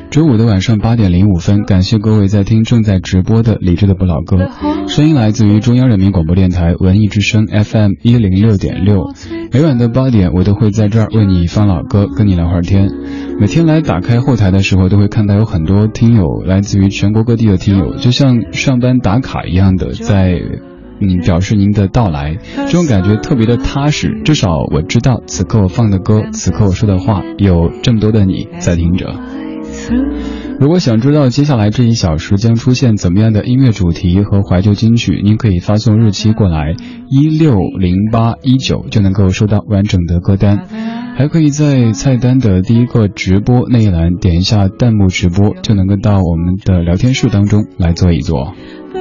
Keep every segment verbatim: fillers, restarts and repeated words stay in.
周五的晚上八点零五分，感谢各位在听正在直播的理智的不老歌，声音来自于中央人民广播电台文艺之声 F M 一零六点六。每晚的八点，我都会在这儿为你放老歌，跟你聊会儿天。每天来打开后台的时候，都会看到有很多听友，来自于全国各地的听友，就像上班打卡一样的，在嗯表示您的到来，这种感觉特别的踏实。至少我知道，此刻我放的歌，此刻我说的话，有这么多的你在听着。如果想知道接下来这一小时将出现怎么样的音乐主题和怀旧金曲，您可以发送日期过来一六零八一九，就能够收到完整的歌单。还可以在菜单的第一个直播那一栏点一下弹幕直播，就能够到我们的聊天室当中来坐一坐。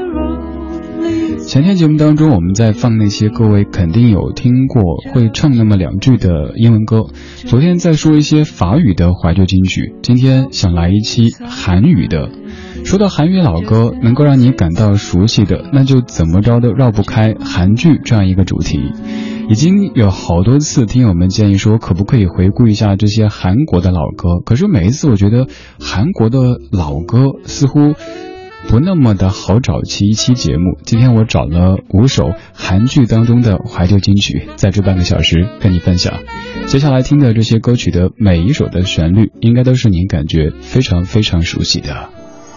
前天节目当中，我们在放那些各位肯定有听过会唱那么两句的英文歌，昨天在说一些法语的怀旧金曲，今天想来一期韩语的。说到韩语老歌能够让你感到熟悉的，那就怎么着都绕不开韩剧这样一个主题。已经有好多次听友们建议说可不可以回顾一下这些韩国的老歌，可是每一次我觉得韩国的老歌似乎不那么的好找起一期节目。今天我找了五首韩剧当中的怀旧金曲，在这半个小时跟你分享。接下来听的这些歌曲的每一首的旋律，应该都是您感觉非常非常熟悉的。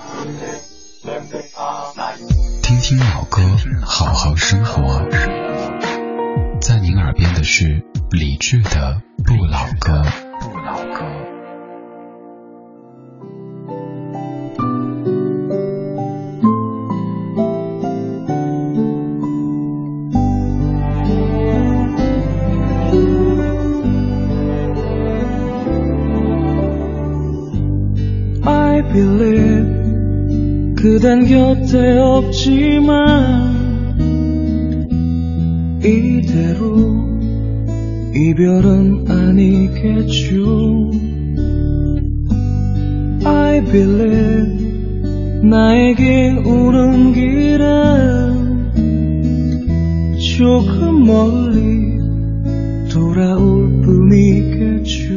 听听老歌，好好生活。在您耳边的是理智的不老歌。不老歌。 I believe 그댄 곁에 없지만 이대로 이별은 아니겠죠. I believe 나에게 오는 길은 조금 멀리 돌아올 뿐이겠죠.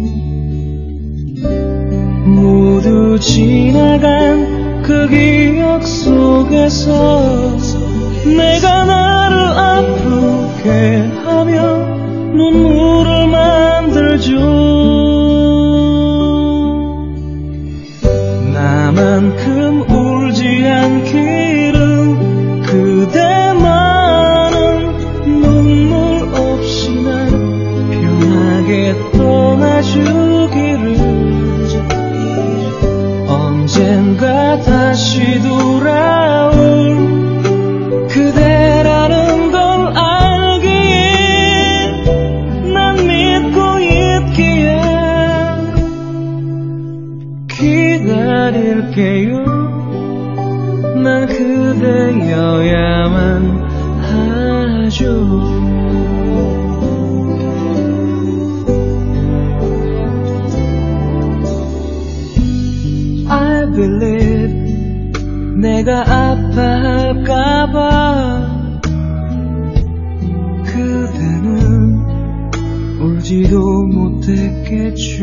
모두 지나간 그 기억 속에서 내가 나를 아프게 하며 눈물을 만들죠. 나만큼 울지 않기를 그대만은 눈물 없이 날 편하게 떠나주기를 언젠가 다시 돌아올 그대라는 걸 알기에 난 믿고 있기에 기다릴게요. 난 그대여야만 하죠. I believe 내가 아파할까봐 그대는 울지도 못했겠죠.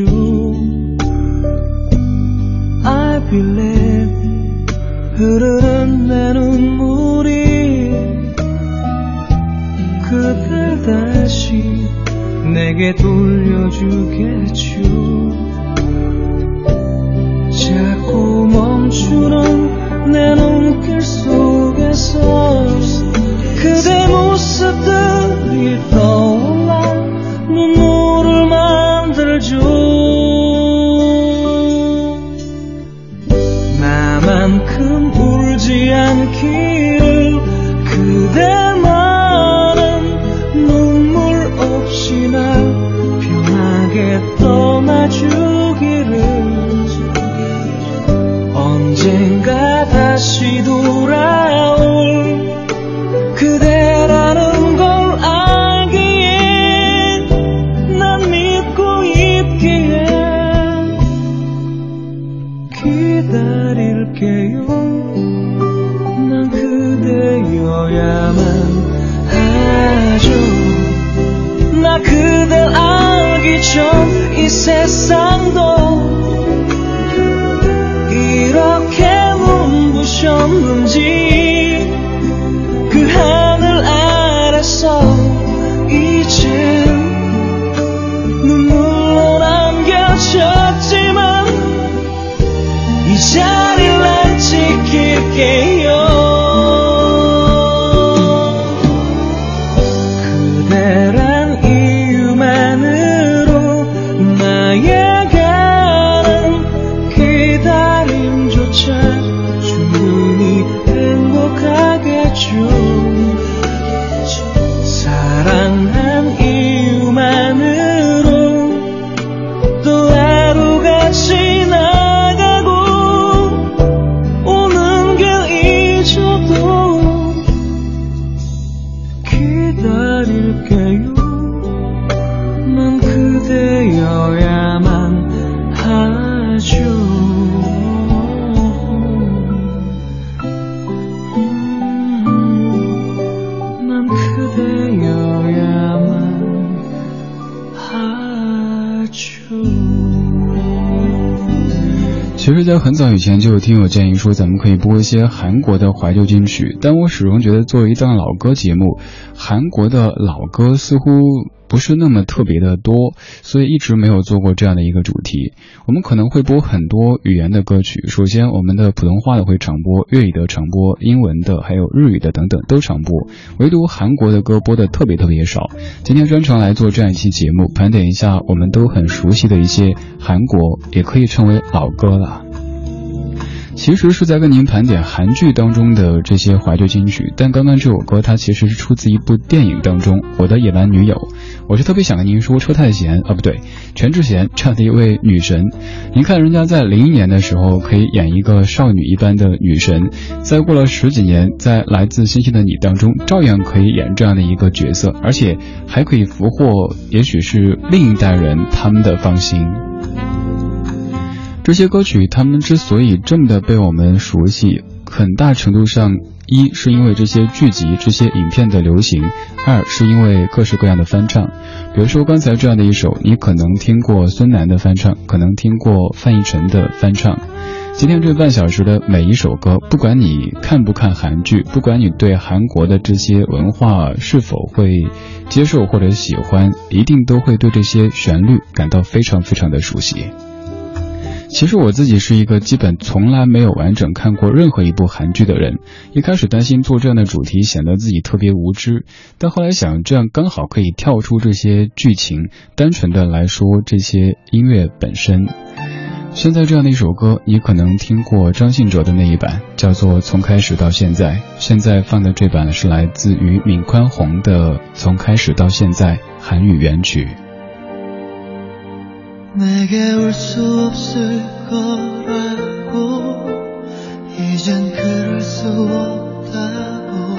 I believe 흐르는 내 눈물이 그댈 다시 내게 돌려주겠죠. 자꾸 멈추는 내 눈길 속에서 그대 모습들이 떠올라 눈물을 만들죠. 나만큼 울지 않기를 그대만은 눈물 없이 날 편하게 떠나주기를 언젠가 다시 돌아올 그대라는 걸 알기에 난 믿고 있기에 기다릴게요. 난 그대여야만 하죠. 나 그댈 알기 전 이 세상도 은혜란 이유만으로 나에게는 기다림조차 충분히 행복하겠죠. 사랑한 이유만으로 또 하루가 지나가고 오는 길 잊어도 기다릴게요. 난 그대여야만 하죠. 음, 난 그대여야만 其实在很早以前就有听友建议说咱们可以播一些韩国的怀旧金曲，但我始终觉得作为一档老歌节目，韩国的老歌似乎不是那么特别的多，所以一直没有做过这样的一个主题。我们可能会播很多语言的歌曲，首先我们的普通话的会常播，粤语的常播，英文的还有日语的等等都常播，唯独韩国的歌播的特别特别少。今天专程来做这样一期节目，盘点一下我们都很熟悉的一些韩国也可以称为老歌了。其实是在跟您盘点韩剧当中的这些怀旧金曲，但刚刚这首歌它其实是出自一部电影当中，我的野蛮女友。我是特别想跟您说车太贤啊，不对，全智贤这样的一位女神。您看人家在零一年的时候可以演一个少女一般的女神，再过了十几年，在来自星星的你当中照样可以演这样的一个角色，而且还可以俘获也许是另一代人他们的芳心。这些歌曲他们之所以这么的被我们熟悉，很大程度上一是因为这些剧集这些影片的流行，二是因为各式各样的翻唱。比如说刚才这样的一首，你可能听过孙楠的翻唱，可能听过范逸臣的翻唱。今天这半小时的每一首歌，不管你看不看韩剧，不管你对韩国的这些文化是否会接受或者喜欢，一定都会对这些旋律感到非常非常的熟悉。其实我自己是一个基本从来没有完整看过任何一部韩剧的人，一开始担心做这样的主题显得自己特别无知，但后来想这样刚好可以跳出这些剧情，单纯的来说这些音乐本身。现在这样的一首歌，你可能听过张信哲的那一版，叫做《从开始到现在》，现在放的这版是来自于闵宽宏的《从开始到现在》韩语原曲。 내게 올 수 없을 거라고 이젠 그럴 수 없다고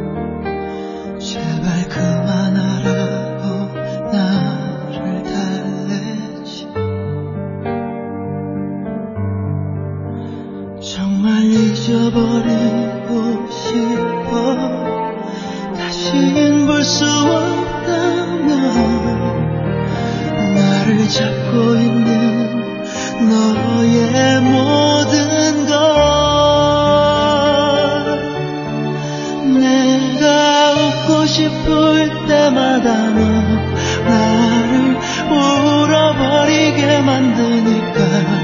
제발 그만하라고 나를 달래지 정말 잊어버리고 싶어 다신 볼 수 없다면 나를 잡고 있는 너의 모든 것 내가 웃고 싶을 때마다 너 나를 울어버리게 만드니까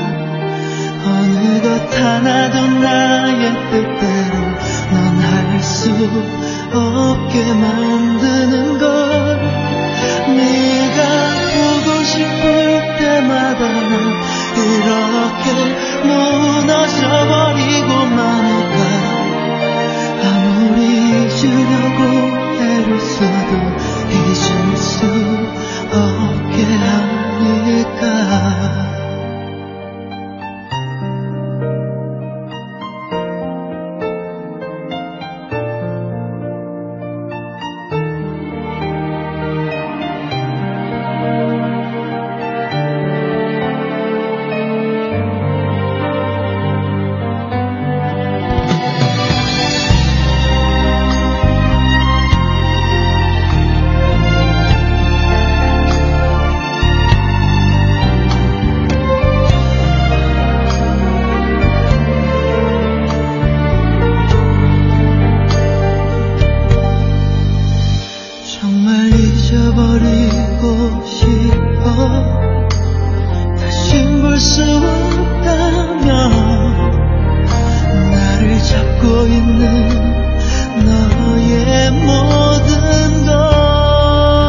어느덧 하나도 나의 뜻대로 넌 할 수 없게 만드는 걸 네가 보고 싶을 때마다 이렇게 무너져버리고 마니까 아무리 잊으려고 애를 써도 잊을 수 없게 하니까 있는 너의 모든 것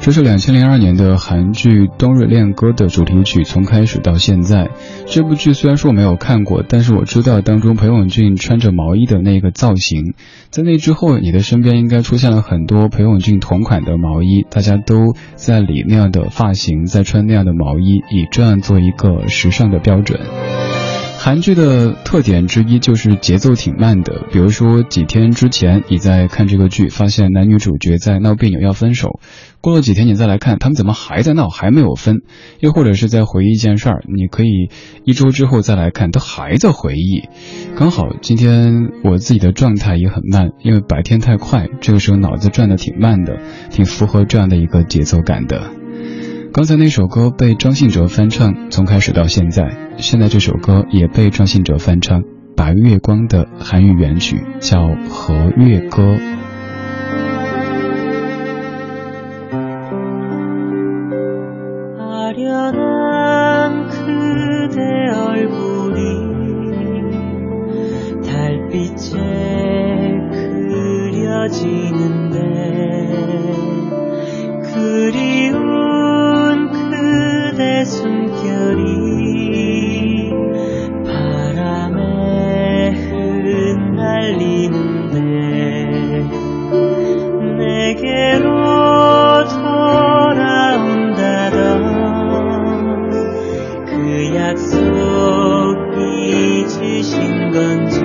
这是两千零二年的韩剧《冬日恋歌》的主题曲，从开始到现在。这部剧虽然说我没有看过，但是我知道当中裴勇俊穿着毛衣的那个造型。在那之后，你的身边应该出现了很多裴勇俊同款的毛衣，大家都在理那样的发型，在穿那样的毛衣，以这样做一个时尚的标准。韩剧的特点之一就是节奏挺慢的，比如说几天之前你在看这个剧，发现男女主角在闹别扭要分手，过了几天你再来看，他们怎么还在闹，还没有分？又或者是在回忆一件事儿，你可以一周之后再来看，都还在回忆。刚好今天我自己的状态也很慢，因为白天太快，这个时候脑子转得挺慢的，挺符合这样的一个节奏感的。刚才那首歌被张信哲翻唱，从开始到现在，现在这首歌也被张信哲翻唱，白月光的韩语原曲叫《和月歌》。 아련한 그대 얼굴이 달빛에 그려지는데 그리운 그대 숨결이 바람에 흩날리는데 내게로 약속 잊으신 건지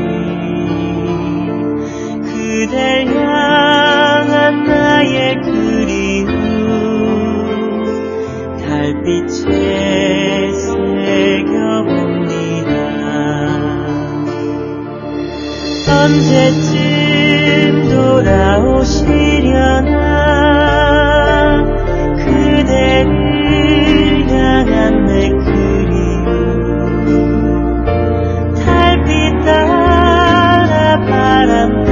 그댈 향한 나의 그리움 달빛에 새겨봅니다. 언제쯤 돌아오시려나 그대를 향한 내 바람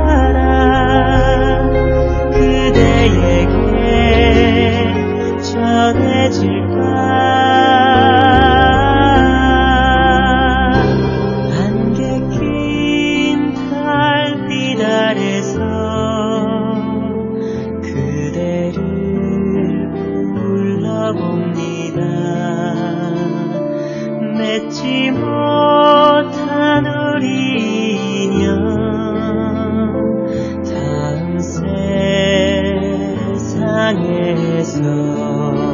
따라 그대에게 전해질까. 안개 낀 달빛 아래서 그대를 불러봅니다. 맺지 못한 우리 다음 세상에서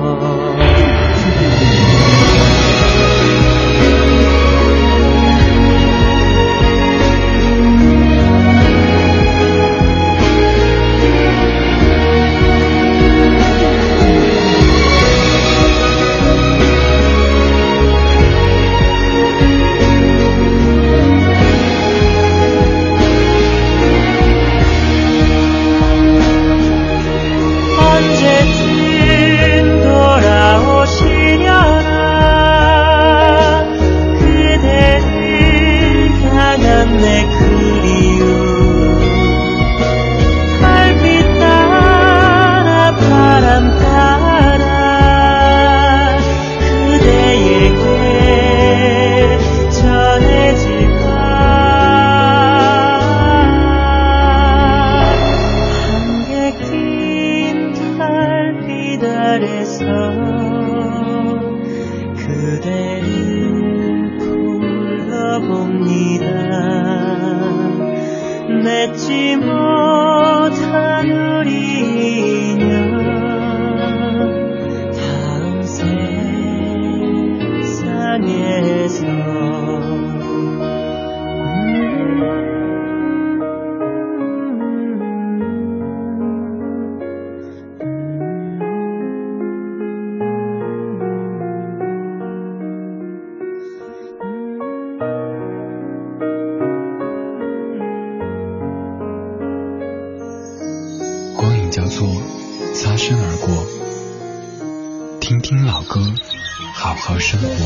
맺지 못한 우리 인연 다음 세상에서 交错，擦身而过，听听老歌，好好生活。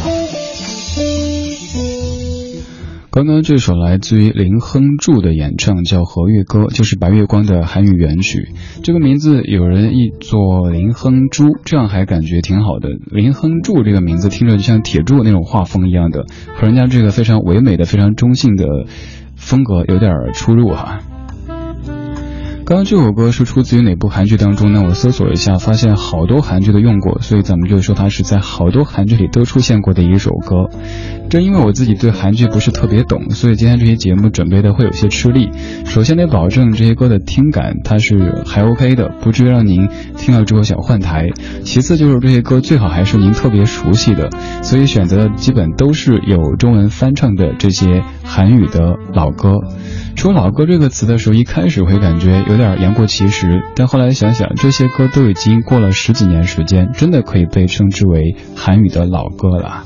刚刚这首来自于林亨柱的演唱叫《和月歌》，就是白月光的韩语原曲。这个名字有人译作林亨珠，这样还感觉挺好的。林亨柱这个名字听着就像铁柱那种画风一样的，和人家这个非常唯美的、非常中性的风格有点出入哈。 刚刚这首歌是出自于哪部韩剧当中呢？我搜索了一下，发现好多韩剧都用过，所以咱们就说它是在好多韩剧里都出现过的一首歌。正因为我自己对韩剧不是特别懂，所以今天这些节目准备的会有些吃力。首先得保证这些歌的听感它是还 OK 的，不至于让您听了之后想换台。其次就是这些歌最好还是您特别熟悉的，所以选择的基本都是有中文翻唱的这些韩语的老歌。说老歌这个词的时候，一开始会感觉有点言过其实，但后来想想，这些歌都已经过了十几年时间，真的可以被称之为韩语的老歌了。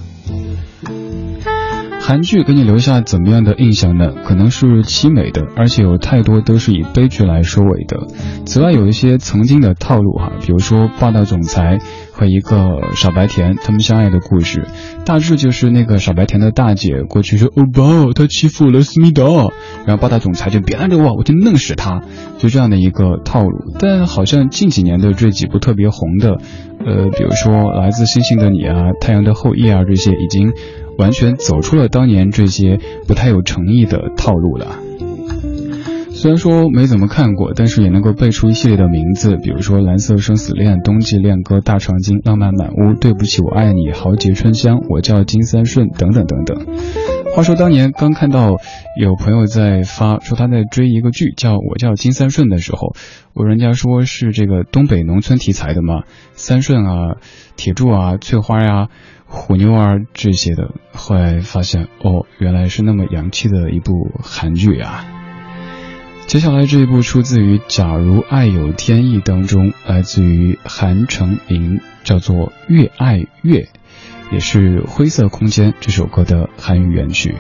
韩剧给你留下怎么样的印象呢？可能是凄美的，而且有太多都是以悲剧来收尾的。此外有一些曾经的套路哈，比如说霸道总裁和一个傻白甜他们相爱的故事，大致就是那个傻白甜的大姐过去说欧巴他欺负了思密达，然后霸道总裁就别拦着我，我就弄死他，就这样的一个套路。但好像近几年的这几部特别红的呃，比如说来自星星的你啊，太阳的后裔啊，这些已经完全走出了当年这些不太有诚意的套路了。虽然说没怎么看过，但是也能够背出一系列的名字，比如说蓝色生死恋、冬季恋歌、大长今、浪漫满屋、对不起我爱你、豪杰春香、我叫金三顺等等等等。话说当年刚看到有朋友在发说他在追一个剧叫我叫金三顺的时候，我人家说是这个东北农村题材的嘛，三顺啊、铁柱啊、翠花呀、虎妞啊这些的，后来发现哦，原来是那么洋气的一部韩剧啊。接下来这一部出自于《假如爱有天意》当中，来自于韩成明，叫做越爱越，也是灰色空间这首歌的韩语原曲。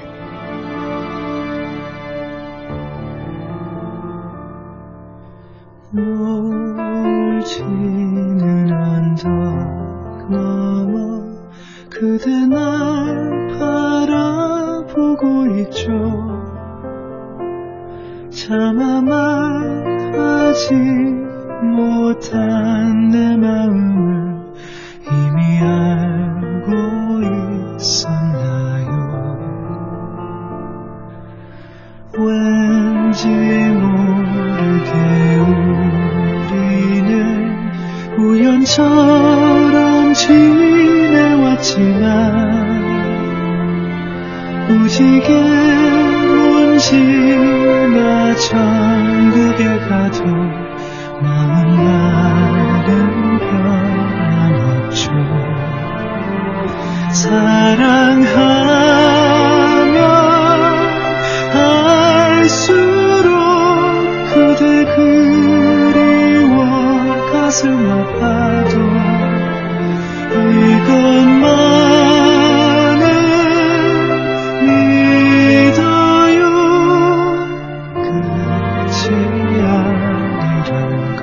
차마 말하지 못한 내 마음을 이미 알고 있었나요? 왠지 모르게 우리는 우연처럼 지내왔지만 무지개 먼지가 천국에 가도 마음 나는 변함없죠. 사랑하면 할수록 그대 그리워 가슴 아파도 이것만은 믿어요. 끝이 아니란 걸.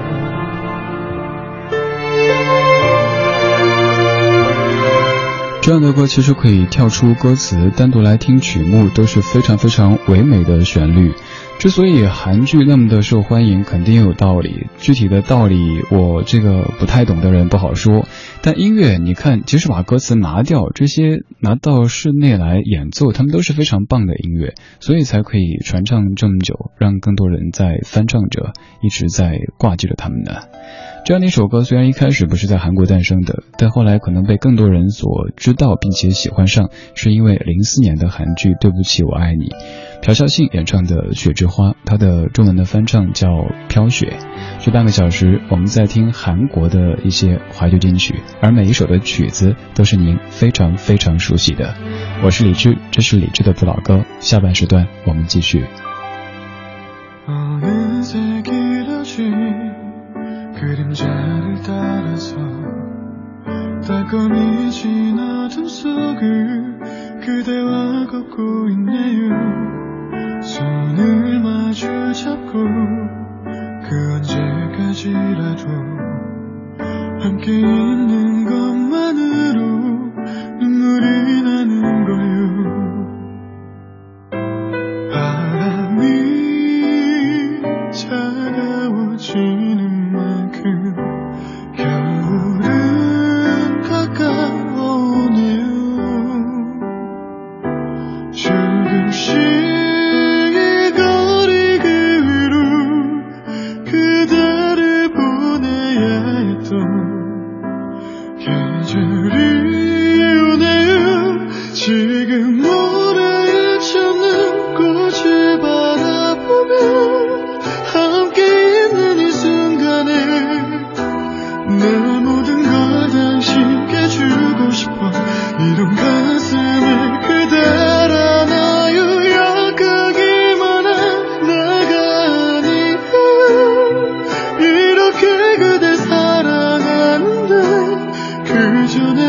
这样的歌其实可以跳出歌词，单独来听曲目都是非常非常唯美的旋律。之所以韩剧那么的受欢迎，肯定有道理，具体的道理我这个不太懂的人不好说。但音乐你看，即使把歌词拿掉，这些拿到室内来演奏，他们都是非常棒的音乐，所以才可以传唱这么久，让更多人在翻唱着，一直在挂记着他们呢。这样的一首歌虽然一开始不是在韩国诞生的，但后来可能被更多人所知道并且喜欢上，是因为零四年的韩剧《对不起我爱你》，朴孝信演唱的《雪之花》，它的中文的翻唱叫《飘雪》。这半个小时我们在听韩国的一些怀旧金曲，而每一首的曲子都是您非常非常熟悉的。我是李志，这是李志的不老歌，下半时段我们继续。 그림자를 따라서 따끔히 진 어둠 속을 그대와 걷고 있네요. 손을 마주 잡고 그 언제까지라도 함께 있는 것만으로 눈물이 나는 거요. 바람이 차가워지는 겨울은 가까워오네요. 조금씩 이 거리 그 위로 싶어 이런 가슴에 그댈 안아요 약하기만 한 내가 아니야 이렇게 그댈 사랑하는데 그 전에